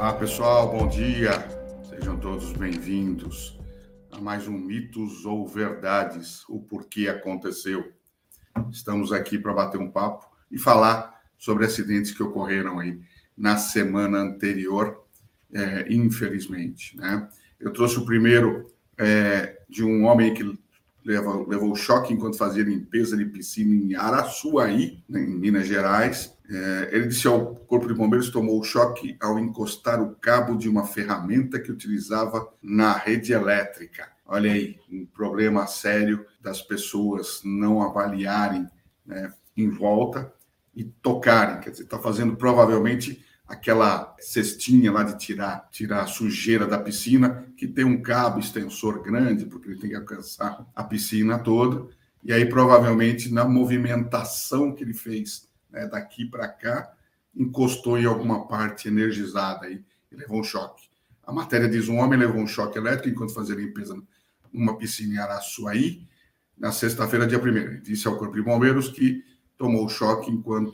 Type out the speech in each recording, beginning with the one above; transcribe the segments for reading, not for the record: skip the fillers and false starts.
Olá, pessoal, bom dia. Sejam todos bem-vindos a mais um Mitos ou Verdades, o porquê aconteceu. Estamos aqui para bater um papo e falar sobre acidentes que ocorreram aí na semana anterior, infelizmente, né? Eu trouxe o primeiro de um homem que levou choque enquanto fazia limpeza de piscina em Araçuaí, em Minas Gerais. Ele disse ao Corpo de Bombeiros que tomou choque ao encostar o cabo de uma ferramenta que utilizava na rede elétrica. Olha aí, um problema sério das pessoas não avaliarem, né, em volta e tocarem. Quer dizer, está fazendo provavelmente aquela cestinha lá de tirar a sujeira da piscina, que tem um cabo extensor grande, porque ele tem que alcançar a piscina toda, e aí provavelmente na movimentação que ele fez, né, daqui para cá, encostou em alguma parte energizada aí, e levou um choque. A matéria diz: um homem levou um choque elétrico enquanto fazia limpeza numa piscina em Araçuaí, na sexta-feira, dia 1º. Ele disse ao Corpo de Bombeiros que tomou choque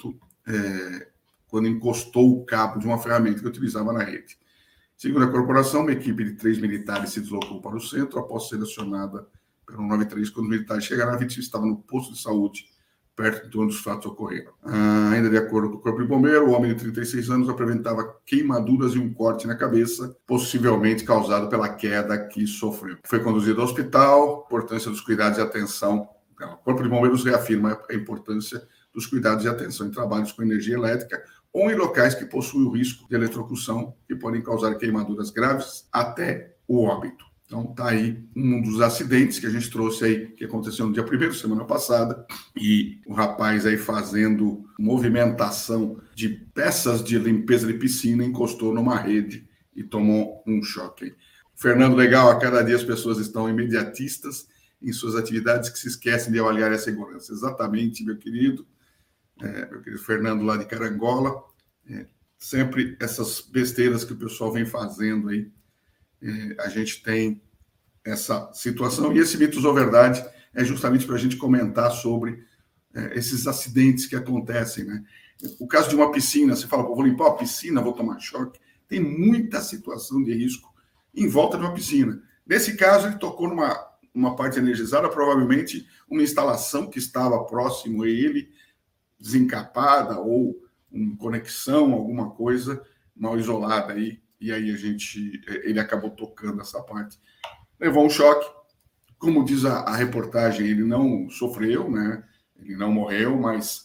quando encostou o cabo de uma ferramenta que utilizava na rede. Segundo a corporação, uma equipe de 3 militares se deslocou para o centro após ser acionada pelo 93. Quando os militares chegaram, a vítima estava no posto de saúde, perto de onde os fatos ocorreram. Ainda de acordo com o Corpo de Bombeiro, o homem de 36 anos apresentava queimaduras e um corte na cabeça, possivelmente causado pela queda que sofreu. Foi conduzido ao hospital. Importância dos cuidados e atenção. O Corpo de Bombeiros reafirma a importância dos cuidados e atenção em trabalhos com energia elétrica ou em locais que possuem o risco de eletrocução, que podem causar queimaduras graves até o óbito. Então, está aí um dos acidentes que a gente trouxe aí, que aconteceu no dia 1º, semana passada, e o rapaz aí fazendo movimentação de peças de limpeza de piscina encostou numa rede e tomou um choque. Fernando, legal, a cada dia as pessoas estão imediatistas em suas atividades que se esquecem de avaliar a segurança. Exatamente, meu querido Fernando lá de Carangola. Sempre essas besteiras que o pessoal vem fazendo aí, a gente tem essa situação, e esse Mitos ou Verdade é justamente para a gente comentar sobre esses acidentes que acontecem, né? O caso de uma piscina, você fala: vou limpar a piscina, vou tomar choque. Tem muita situação de risco em volta de uma piscina. Nesse caso, ele tocou numa parte energizada, provavelmente uma instalação que estava próximo a ele, desencapada, ou uma conexão, alguma coisa mal isolada aí, e aí ele acabou tocando essa parte. Levou um choque. Como diz a reportagem, ele não sofreu, né? Ele não morreu, mas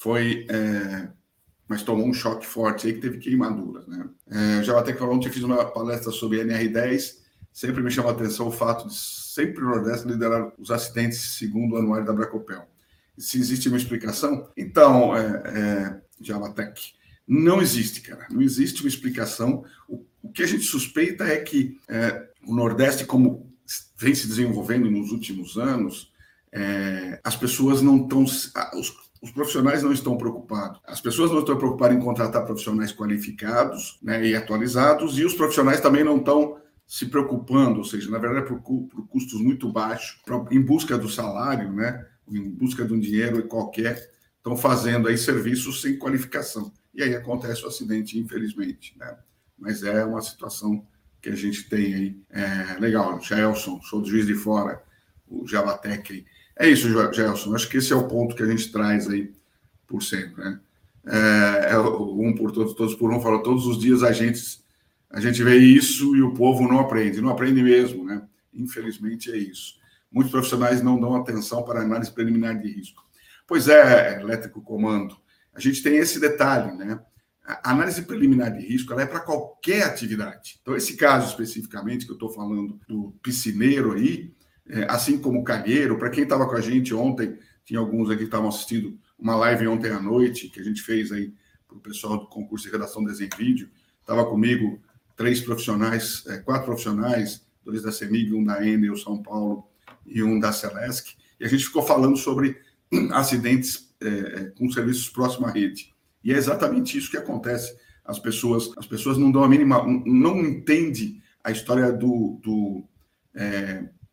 mas tomou um choque forte aí, que teve queimaduras, né? Já até que ontem fiz uma palestra sobre NR10, sempre me chama a atenção o fato de sempre o Nordeste liderar os acidentes segundo o anuário da Bracopel. Se existe uma explicação? Então, Javatec, não existe, cara. Não existe uma explicação. O que a gente suspeita é que o Nordeste, como vem se desenvolvendo nos últimos anos, as pessoas não estão... Os profissionais não estão preocupados. As pessoas não estão preocupadas em contratar profissionais qualificados, né, e atualizados, e os profissionais também não estão se preocupando, ou seja, na verdade, por custos muito baixos, em busca do salário, né, em busca de um dinheiro qualquer, estão fazendo aí serviços sem qualificação. E aí acontece o acidente, infelizmente, né? Mas é uma situação que a gente tem aí. Legal, Gelson, sou do Juiz de Fora, o Javatec. É isso, Gelson. Acho que esse é o ponto que a gente traz aí por sempre, né? Um por todos, todos por um. Fala, todos os dias a gente vê isso e o povo não aprende. Não aprende mesmo, né? Infelizmente é isso. Muitos profissionais não dão atenção para a análise preliminar de risco. Pois elétrico comando, a gente tem esse detalhe, né? A análise preliminar de risco, ela é para qualquer atividade. Então, esse caso especificamente que eu estou falando do piscineiro aí, assim como o calheiro, para quem estava com a gente ontem, tinha alguns aqui que estavam assistindo uma live ontem à noite, que a gente fez aí para o pessoal do concurso de redação desenho e vídeo. Estava comigo 4 profissionais, 2 da CEMIG, um da Enel São Paulo e um da Celesc, e a gente ficou falando sobre acidentes com serviços próximos à rede. E é exatamente isso que acontece. As pessoas não dão a mínima, não entendem a história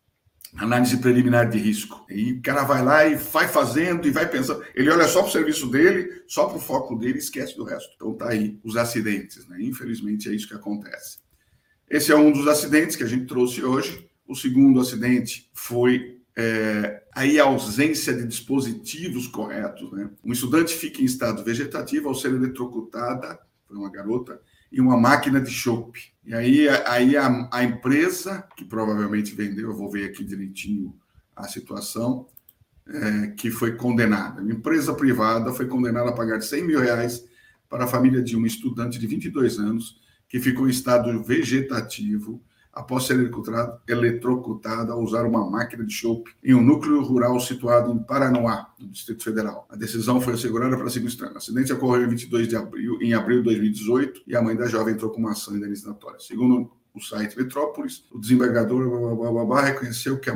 análise preliminar de risco. E o cara vai lá e vai fazendo e vai pensando. Ele olha só para o serviço dele, só para o foco dele e esquece do resto. Então tá aí os acidentes, né? Infelizmente é isso que acontece. Esse é um dos acidentes que a gente trouxe hoje. O segundo acidente foi aí a ausência de dispositivos corretos, né? Um estudante fica em estado vegetativo ao ser eletrocutada, foi uma garota, e uma máquina de chope. E aí a empresa, que provavelmente vendeu, eu vou ver aqui direitinho a situação, que foi condenada. Uma empresa privada foi condenada a pagar R$100 mil para a família de uma estudante de 22 anos que ficou em estado vegetativo após ser eletrocutada ao usar uma máquina de chope em um núcleo rural situado em Paranoá, no Distrito Federal. A decisão foi assegurada para seguinte estranho. O acidente ocorreu em abril de 2018, e a mãe da jovem entrou com uma ação indenizatória. Segundo o site Metrópolis, o desembargador reconheceu que a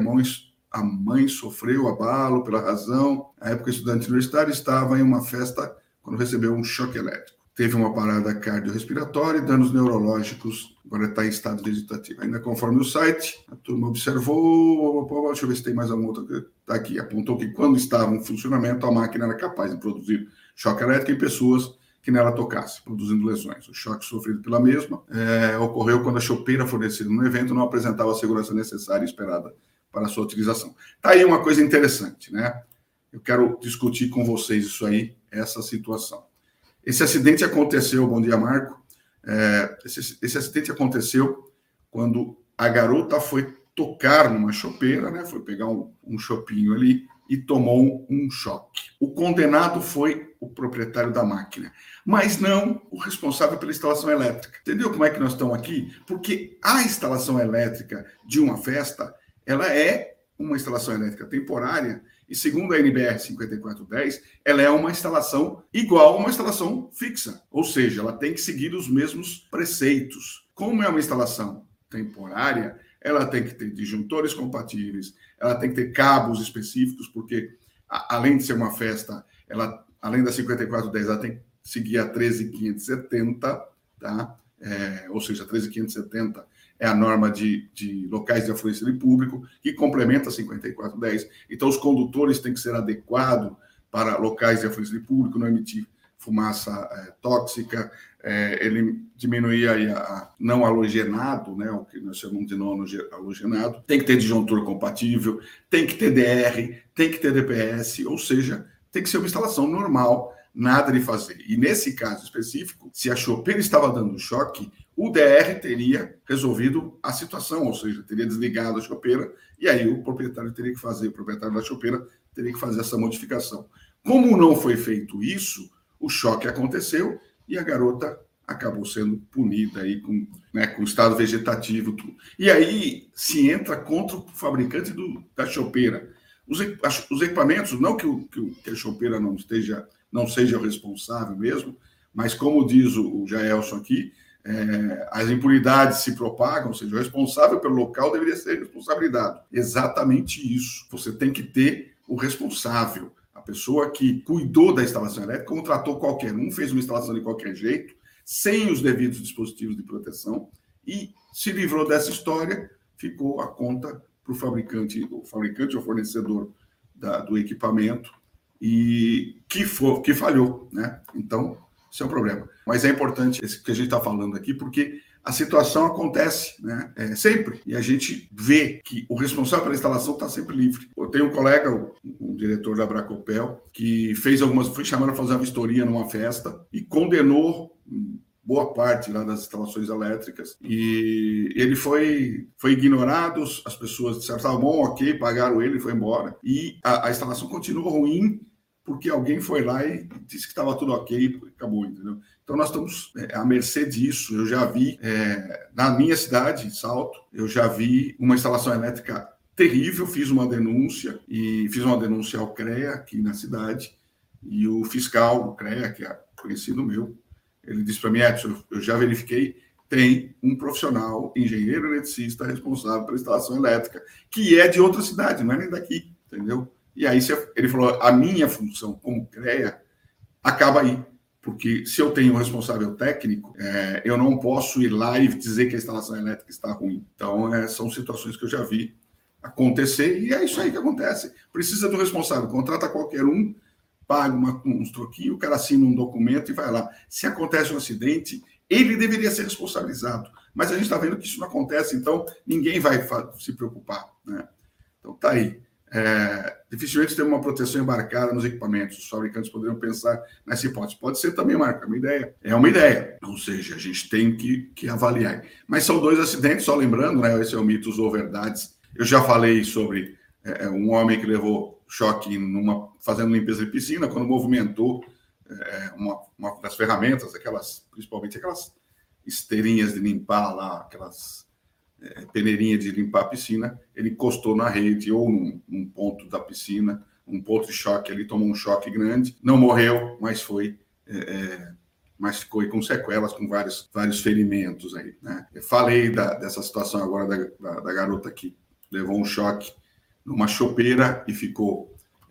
mãe sofreu abalo pela razão. Na época, o estudante universitário estava em uma festa quando recebeu um choque elétrico. Teve uma parada cardiorrespiratória e danos neurológicos, agora está em estado vegetativo. Ainda conforme o site, a turma observou, deixa eu ver se tem mais alguma outra, está aqui, apontou que quando estava em funcionamento, a máquina era capaz de produzir choque elétrico em pessoas que nela tocassem, produzindo lesões. O choque sofrido pela mesma ocorreu quando a chopeira fornecida no evento não apresentava a segurança necessária e esperada para a sua utilização. Está aí uma coisa interessante, né? Eu quero discutir com vocês isso aí, essa situação. Esse acidente aconteceu, bom dia, Marco. Esse acidente aconteceu quando a garota foi tocar numa chopeira, né? Foi pegar um chopinho ali e tomou um choque. O condenado foi o proprietário da máquina, mas não o responsável pela instalação elétrica. Entendeu como é que nós estamos aqui? Porque a instalação elétrica de uma festa, ela é uma instalação elétrica temporária, e segundo a NBR 5410, ela é uma instalação igual a uma instalação fixa, ou seja, ela tem que seguir os mesmos preceitos. Como é uma instalação temporária, ela tem que ter disjuntores compatíveis, ela tem que ter cabos específicos, porque além de ser uma festa, ela, além da 5410, ela tem que seguir a 13570, tá? Ou seja, a 13570 é a norma de locais de afluência de público, que complementa a 5410. Então, os condutores têm que ser adequados para locais de afluência de público, não emitir fumaça tóxica, ele diminuir aí a não halogenado, né, o que nós chamamos de não halogenado, tem que ter disjuntor compatível, tem que ter DR, tem que ter DPS, ou seja, tem que ser uma instalação normal, nada de fazer. E nesse caso específico, se a chopeira estava dando choque, o DR teria resolvido a situação, ou seja, teria desligado a chopeira, e aí o proprietário da chopeira teria que fazer essa modificação. Como não foi feito isso, o choque aconteceu e a garota acabou sendo punida aí com estado vegetativo. Tudo. E aí se entra contra o fabricante da chopeira. Os equipamentos, não que a chopeira não seja o responsável mesmo, mas como diz o Jaelson aqui, as impunidades se propagam, ou seja, o responsável pelo local deveria ser responsabilizado. Exatamente isso. Você tem que ter o responsável, a pessoa que cuidou da instalação elétrica, contratou qualquer um, fez uma instalação de qualquer jeito, sem os devidos dispositivos de proteção, e se livrou dessa história, ficou a conta para o fabricante ou fornecedor do equipamento, e que falhou, né? Então, esse é o problema. Mas é importante esse que a gente está falando aqui, porque a situação acontece, né? Sempre. E a gente vê que o responsável pela instalação está sempre livre. Eu tenho um colega, um diretor da Bracopel, que foi chamado a fazer uma vistoria numa festa e condenou boa parte lá das instalações elétricas. E ele foi ignorado, as pessoas disseram, bom, ok, pagaram ele, foi embora. E a instalação continuou ruim, porque alguém foi lá e disse que estava tudo ok e acabou, entendeu? Então, nós estamos à mercê disso. Eu já vi, na minha cidade, Salto, eu já vi uma instalação elétrica terrível, fiz uma denúncia ao CREA aqui na cidade, e o fiscal do CREA, que é conhecido meu, ele disse para mim, Edson, eu já verifiquei, tem um profissional, engenheiro eletricista, responsável pela instalação elétrica, que é de outra cidade, não é nem daqui, entendeu? E aí ele falou, a minha função como CREA acaba aí, porque se eu tenho um responsável técnico, eu não posso ir lá e dizer que a instalação elétrica está ruim. Então, são situações que eu já vi acontecer, e é isso aí que acontece. Precisa do responsável, contrata qualquer um, paga uns troquinhos, o cara assina um documento e vai lá. Se acontece um acidente, ele deveria ser responsabilizado. Mas a gente está vendo que isso não acontece, então ninguém vai se preocupar, né? Então tá aí. Dificilmente tem uma proteção embarcada nos equipamentos. Os fabricantes poderiam pensar nessa hipótese. Pode ser também, Marco, uma ideia. É uma ideia. Ou seja, a gente tem que avaliar. Mas são 2 acidentes, só lembrando, né? Esse é o mitos ou verdades. Eu já falei sobre um homem que levou choque fazendo limpeza de piscina, quando movimentou uma das ferramentas, principalmente aquelas esteirinhas de limpar lá, aquelas peneirinha de limpar a piscina, ele encostou na rede ou num ponto da piscina, um ponto de choque, ele tomou um choque grande, não morreu, mas mas ficou aí com sequelas, com vários ferimentos aí, né? Eu falei dessa situação agora da garota que levou um choque numa chopeira e ficou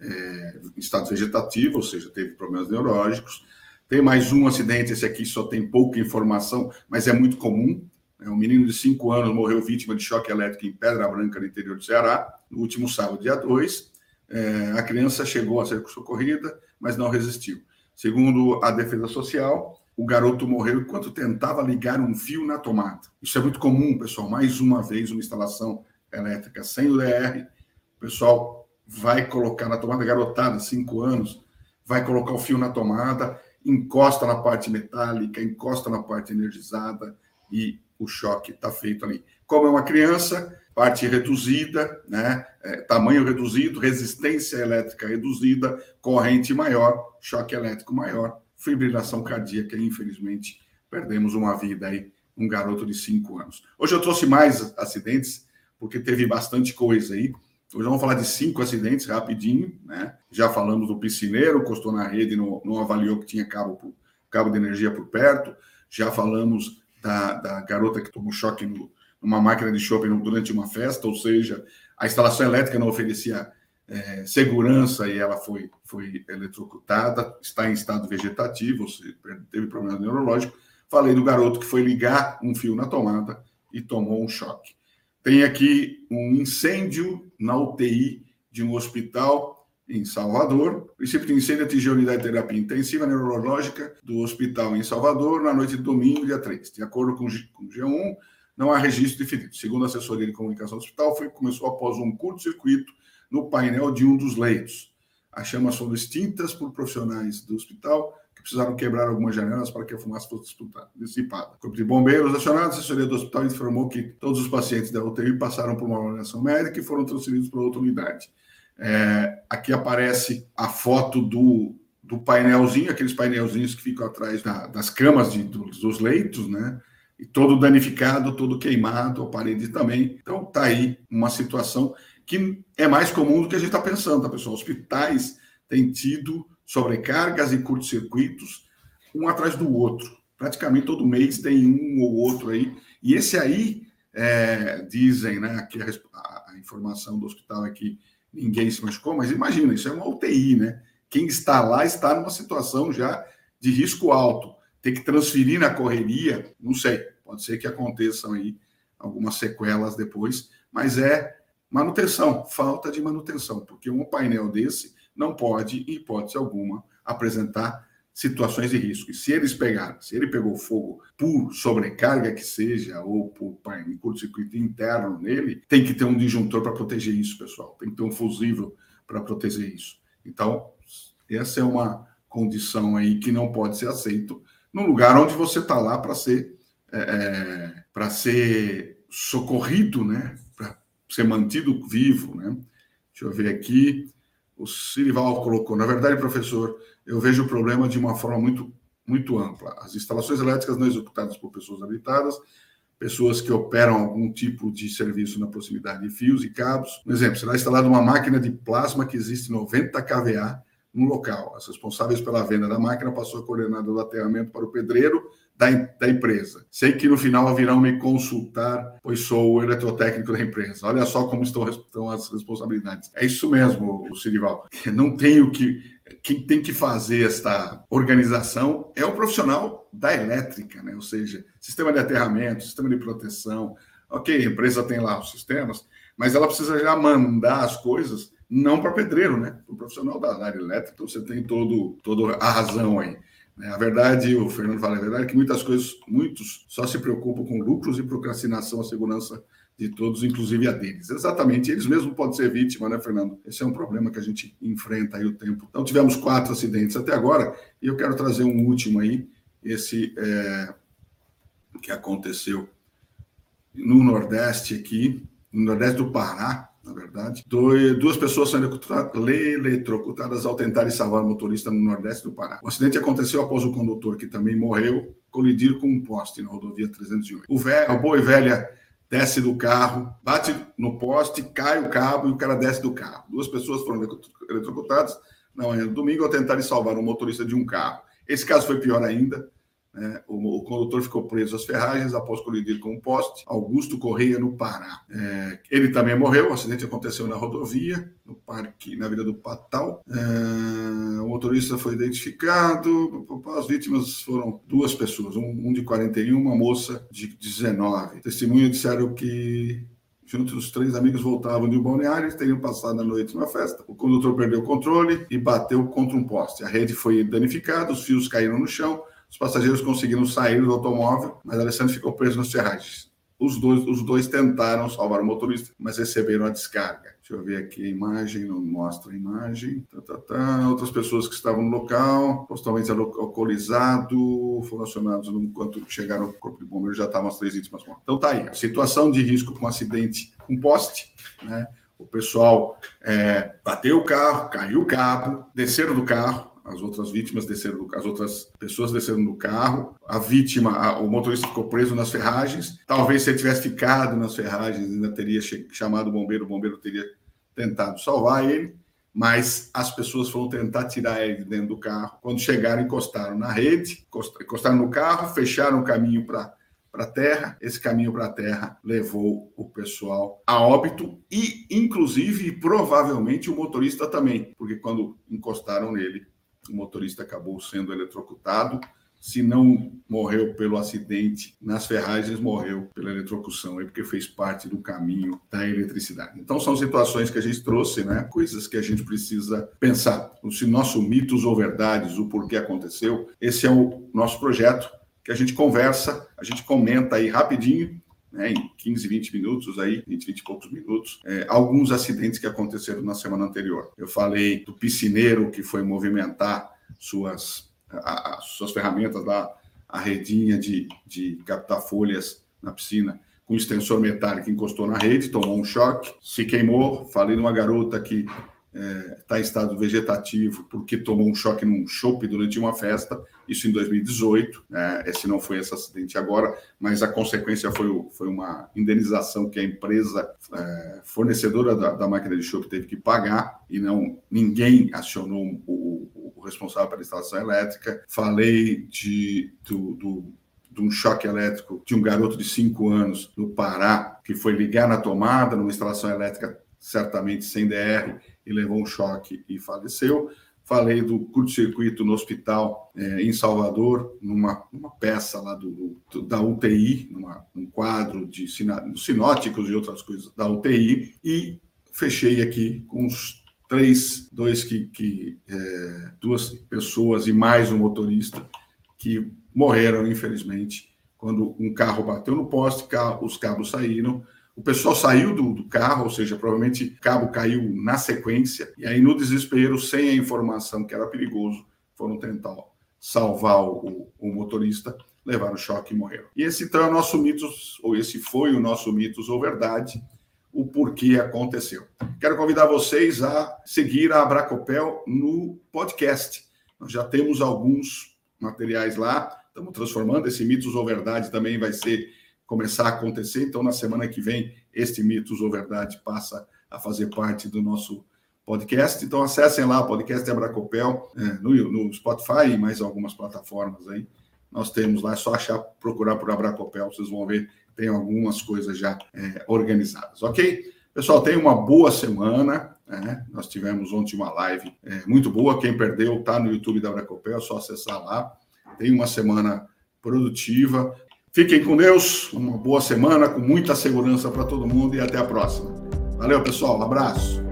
em estado vegetativo, ou seja, teve problemas neurológicos. Tem mais um acidente, esse aqui só tem pouca informação, mas é muito comum. Um menino de 5 anos morreu vítima de choque elétrico em Pedra Branca, no interior do Ceará, no último sábado, dia 2. A criança chegou a ser socorrida, mas não resistiu. Segundo a Defesa Social, o garoto morreu enquanto tentava ligar um fio na tomada. Isso é muito comum, pessoal. Mais uma vez, uma instalação elétrica sem o DR, o pessoal vai colocar na tomada, garotada, 5 anos, vai colocar o fio na tomada, encosta na parte metálica, encosta na parte energizada e o choque está feito ali. Como é uma criança, parte reduzida, né? Tamanho reduzido, resistência elétrica reduzida, corrente maior, choque elétrico maior, fibrilação cardíaca, e infelizmente perdemos uma vida aí, um garoto de 5 anos. Hoje eu trouxe mais acidentes, porque teve bastante coisa aí. Hoje vamos falar de 5 acidentes rapidinho, né? Já falamos do piscineiro, encostou na rede, não avaliou que tinha cabo de energia por perto. Já falamos da garota que tomou choque numa máquina de shopping durante uma festa, ou seja, a instalação elétrica não oferecia segurança e ela foi eletrocutada, está em estado vegetativo, ou seja, teve problema neurológico. Falei do garoto que foi ligar um fio na tomada e tomou um choque. Tem aqui um incêndio na UTI de um hospital em Salvador. O princípio de incêndio atingiu a unidade de terapia intensiva neurológica do hospital em Salvador na noite de domingo, dia 3. De acordo com o G1, não há registro de feridos. Segundo a assessoria de comunicação do hospital, começou após um curto-circuito no painel de um dos leitos. As chamas foram extintas por profissionais do hospital que precisaram quebrar algumas janelas para que a fumaça fosse dissipada. O corpo de bombeiros acionados, a assessoria do hospital informou que todos os pacientes da UTI passaram por uma avaliação médica e foram transferidos para outra unidade. Aqui aparece a foto do painelzinho, aqueles painelzinhos que ficam atrás das camas dos leitos, né? E todo danificado, todo queimado, a parede também. Então, tá aí uma situação que é mais comum do que a gente está pensando, tá, pessoal? Hospitais têm tido sobrecargas e curtos-circuitos, um atrás do outro. Praticamente todo mês tem um ou outro aí. E esse aí, dizem, né, que a informação do hospital é que ninguém se machucou, mas imagina, isso é uma UTI, né? Quem está lá está numa situação já de risco alto. Ter que transferir na correria, não sei, pode ser que aconteçam aí algumas sequelas depois, mas é manutenção, falta de manutenção, porque um painel desse não pode, em hipótese alguma, apresentar situações de risco. E se ele pegou fogo por sobrecarga que seja, ou por curto-circuito interno nele, tem que ter um disjuntor para proteger isso, pessoal. Tem que ter um fusível para proteger isso. Então, essa é uma condição aí que não pode ser aceito num lugar onde você está lá para ser socorrido, né? Para ser mantido vivo, né? Deixa eu ver aqui. O Sirival colocou, na verdade, professor, eu vejo o problema de uma forma muito, muito ampla. As instalações elétricas não executadas por pessoas habilitadas, pessoas que operam algum tipo de serviço na proximidade de fios e cabos. Um exemplo, será instalada uma máquina de plasma que existe 90 kVA no local. As responsáveis pela venda da máquina passou a coordenada do aterramento para o pedreiro da empresa. Sei que no final virão me consultar, pois sou o eletrotécnico da empresa. Olha só como estão as responsabilidades. É isso mesmo, Sirival. Não tem o que... Quem tem que fazer esta organização é o profissional da elétrica, né? Ou seja, sistema de aterramento, sistema de proteção. Ok, a empresa tem lá os sistemas, mas ela precisa já mandar as coisas não para pedreiro, né? Para o profissional da área elétrica. Então você tem toda a razão aí. A verdade, o Fernando fala, a verdade é que muitos só se preocupam com lucros e procrastinação, a segurança de todos, inclusive a deles. Exatamente, eles mesmos podem ser vítima, né, Fernando? Esse é um problema que a gente enfrenta aí o tempo. Então, tivemos 4 acidentes até agora, e eu quero trazer um último aí, esse que aconteceu no Nordeste aqui, no Nordeste do Pará, na verdade. 2 pessoas são eletrocutadas ao tentarem salvar o motorista no Nordeste do Pará. O acidente aconteceu após o condutor, que também morreu, colidir com um poste na rodovia 308. A boa e velha desce do carro, bate no poste, cai o cabo e o cara desce do carro. 2 pessoas foram eletrocutadas na manhã do domingo ao tentarem salvar um motorista de um carro. Esse caso foi pior ainda. O condutor ficou preso às ferragens após colidir com um poste. Augusto Correia, no Pará. Ele também morreu. O acidente aconteceu na rodovia, no parque, na Vila do Patal. O motorista foi identificado. As vítimas foram 2 pessoas, um de 41, uma moça de 19. Testemunhas disseram que juntos os 3 amigos voltavam de um balneário e teriam passado a noite numa festa. O condutor perdeu o controle e bateu contra um poste. A rede foi danificada, os fios caíram no chão. Os passageiros conseguiram sair do automóvel, mas Alessandro ficou preso nas ferragens. Os dois tentaram salvar o motorista, mas receberam a descarga. Deixa eu ver aqui a imagem, não mostra a imagem. Outras pessoas que estavam no local, totalmente alcoolizado, foram acionados enquanto chegaram ao corpo de bombeiro, já estavam as 3 vítimas mortas. Então tá aí, a situação de risco com acidente com poste, né? O pessoal bateu o carro, caiu o cabo, desceram do carro. As outras vítimas desceram as outras pessoas desceram do carro. A vítima, o motorista ficou preso nas ferragens. Talvez se ele tivesse ficado nas ferragens, ainda teria chamado o bombeiro teria tentado salvar ele, mas as pessoas foram tentar tirar ele de dentro do carro. Quando chegaram, encostaram na rede, encostaram no carro, fecharam o caminho para a terra. Esse caminho para a terra levou o pessoal a óbito e, inclusive, provavelmente o motorista também, porque quando encostaram nele, o motorista acabou sendo eletrocutado. Se não morreu pelo acidente nas ferragens, morreu pela eletrocução, porque fez parte do caminho da eletricidade. Então, são situações que a gente trouxe, né? Coisas que a gente precisa pensar. Se nosso mitos ou verdades, o porquê aconteceu, esse é o nosso projeto, que a gente conversa, a gente comenta aí rapidinho, né, em 15, 20 minutos, aí, 20 e poucos minutos, alguns acidentes que aconteceram na semana anterior. Eu falei do piscineiro que foi movimentar suas ferramentas lá, a redinha de captar folhas na piscina, com extensor metálico, encostou na rede, tomou um choque, se queimou. Falei de uma garota que está em estado vegetativo porque tomou um choque num chopp durante uma festa, isso em 2018. Esse não foi esse acidente agora, mas a consequência foi uma indenização que a empresa fornecedora da máquina de chopp teve que pagar, e ninguém acionou o responsável pela instalação elétrica. Falei de um choque elétrico de um garoto de 5 anos no Pará, que foi ligar na tomada numa instalação elétrica certamente sem DR, e levou um choque e faleceu. Falei do curto-circuito no hospital em Salvador, numa peça lá da UTI, num quadro de sinóticos e outras coisas da UTI, e fechei aqui com os 2 pessoas e mais um motorista que morreram, infelizmente, quando um carro bateu no poste, os cabos saíram. O pessoal saiu do carro, ou seja, provavelmente o cabo caiu na sequência, e aí, no desespero, sem a informação que era perigoso, foram tentar salvar o motorista, levaram choque e morreram. E esse então é o nosso mitos, ou esse foi o nosso mitos ou verdade, o porquê aconteceu. Quero convidar vocês a seguir a Abracopel no podcast. Nós já temos alguns materiais lá, estamos transformando. Esse mitos ou verdade também vai começar a acontecer. Então, na semana que vem, este mitos ou verdade passa a fazer parte do nosso podcast. Então, acessem lá o podcast Abracopel no Spotify e mais algumas plataformas aí. Nós temos lá, é só procurar por Abracopel, vocês vão ver, tem algumas coisas já organizadas, ok? Pessoal, tenham uma boa semana. Nós tivemos ontem uma live muito boa. Quem perdeu está no YouTube da Abracopel, é só acessar lá. Tenham uma semana produtiva. Fiquem com Deus, uma boa semana, com muita segurança para todo mundo, e até a próxima. Valeu, pessoal. Um abraço.